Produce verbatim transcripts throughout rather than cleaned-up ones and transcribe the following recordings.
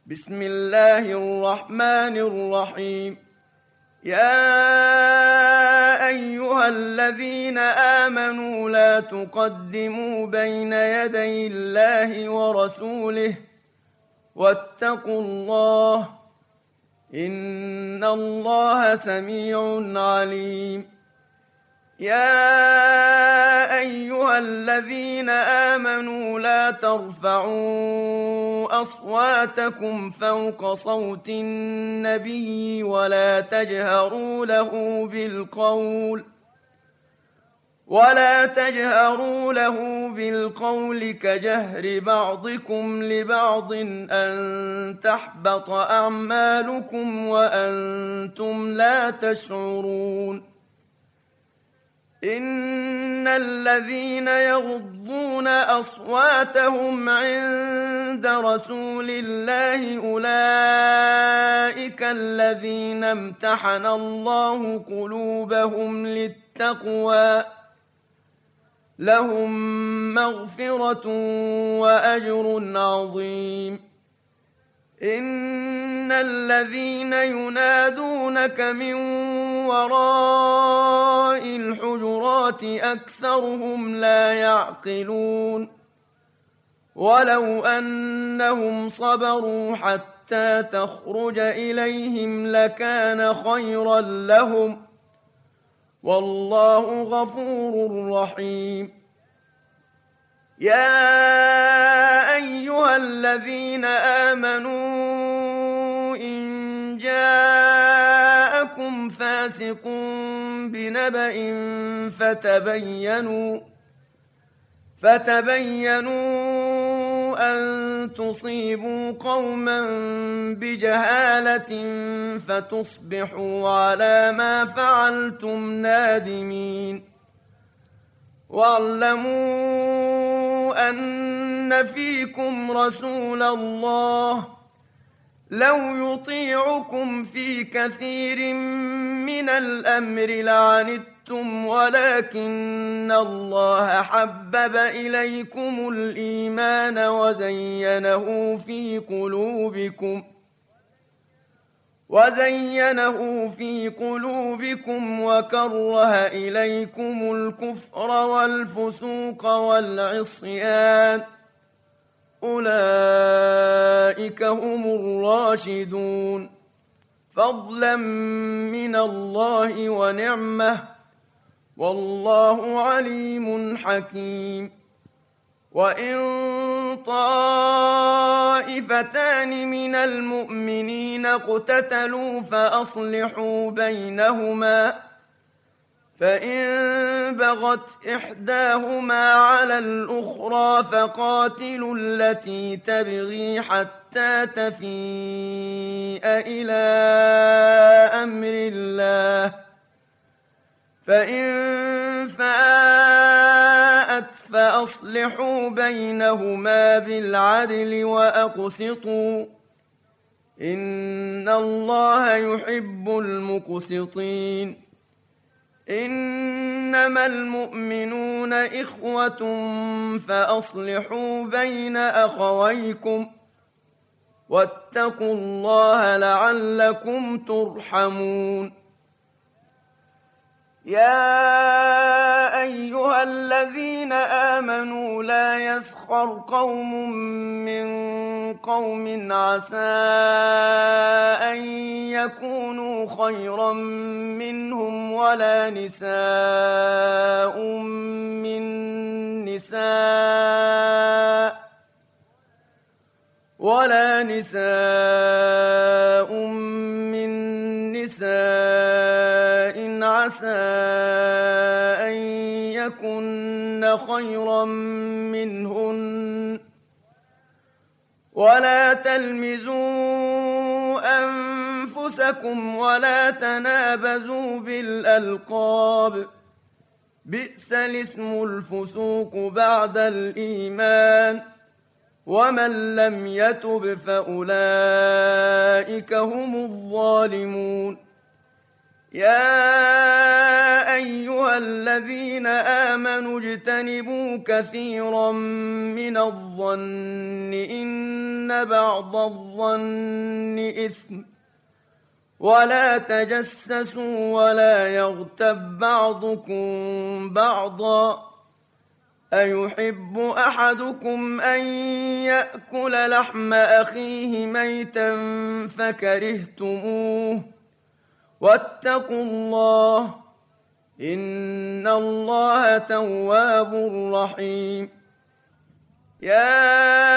بسم الله الرحمن الرحيم. يا أيها الذين آمنوا لا تقدموا بين يدي الله ورسوله واتقوا الله إن الله سميع عليم. يا أيها الذين آمنوا لا ترفعوا أصواتكم فوق صوت النبي ولا تجهروا له بالقول ولا تجهروا له بالقول كجهر بعضكم لبعض أن تحبط أعمالكم وأنتم لا تشعرون. إن الذين يغضون أصواتهم عند رسول الله أولئك الذين امتحن الله قلوبهم للتقوى لهم مغفرة وأجر عظيم. إن الذين ينادونك من وراء الحجرات أكثرهم لا يعقلون. ولو أنهم صبروا حتى تخرج إليهم لكان خيرا لهم والله غفور رحيم. يا أيها الذين آمنوا إن جاءكم فاسق بنبأ فتبينوا فتبينوا أن تصيبوا قوما بجهالة فتصبحوا على ما فعلتم نادمين. واعلموا أن فيكم رسول الله لو يطيعكم في كثير من الأمر لعنتم ولكن الله حبب إليكم الإيمان وزينه في قلوبكم وزينه في قلوبكم وكره إليكم الكفر والفسوق والعصيان أولئك هم الراشدون فضلا من الله ونعمة والله عليم حكيم. وإن طائفتان من المؤمنين اقتتلوا فأصلحوا بينهما فإن بغت إحداهما على الأخرى فقاتلوا التي تبغي حتى تفيء إلى أمر الله فإن فاءت فأصلحوا بينهما بالعدل وأقسطوا إن الله يحب المقسطين. إنما المؤمنون إخوة فأصلحوا بين أخويكم واتقوا الله لعلكم ترحمون. يا أيها الذين آمنوا لا يسخر قوم من قوم عسى أن يكونوا خيرا منهم ولا نساء من نساء ولا نساء من نساء عسى أن يكن خيرا منهن ولا تلمزوا أنفسكم ولا تنابزوا بالألقاب بئس الاسم الفسوق بعد الإيمان ومن لم يتب فأولئك هم الظالمون. يا أيها الذين آمنوا اجتنبوا كثيرا من الظن إن بعض الظن إثم ولا تجسسوا ولا يغتب بعضكم بعضا أيحب أحدكم أن يأكل لحم أخيه ميتا فكرهتموه واتقوا الله إن الله تواب رحيم يا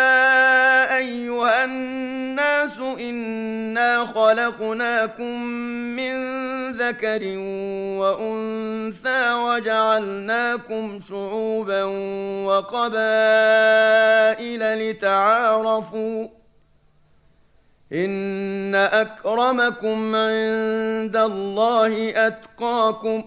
أيها الناس إنا خلقناكم من ذكر وأنثى وجعلناكم شعوبا وقبائل لتعارفوا إن أكرمكم عند الله أتقاكم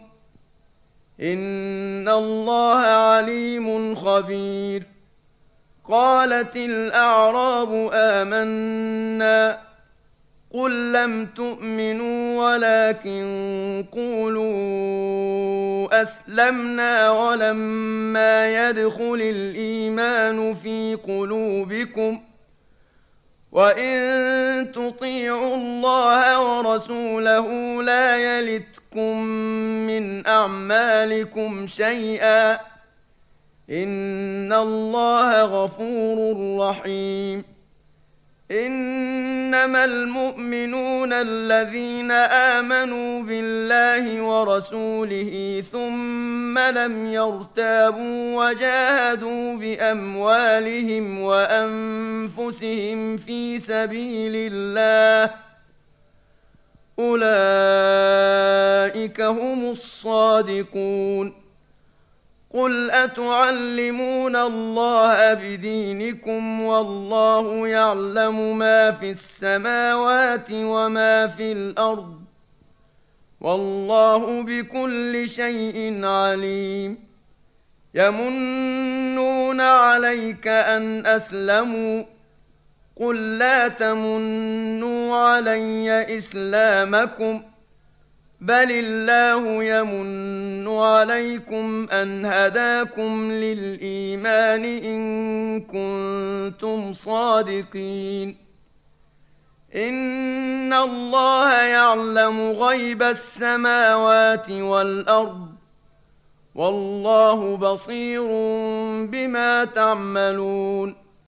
إن الله عليم خبير قالت الأعراب آمنا قل لم تؤمنوا ولكن قولوا أسلمنا ولما يدخل الإيمان في قلوبكم وإن تطيعوا الله ورسوله لا يلتكم من أعمالكم شيئا إن الله غفور رحيم إنما المؤمنون الذين آمنوا بالله ورسوله ثم لم يرتابوا وجاهدوا بأموالهم وأنفسهم في سبيل الله أولئك هم الصادقون قل أتعلمون الله بدينكم والله يعلم ما في السماوات وما في الأرض والله بكل شيء عليم يمنون عليك أن أسلموا قل لا تمنوا علي إسلامكم بل الله يمن عليكم أن هداكم للإيمان إن كنتم صادقين إن الله يعلم غيب السماوات والأرض والله بصير بما تعملون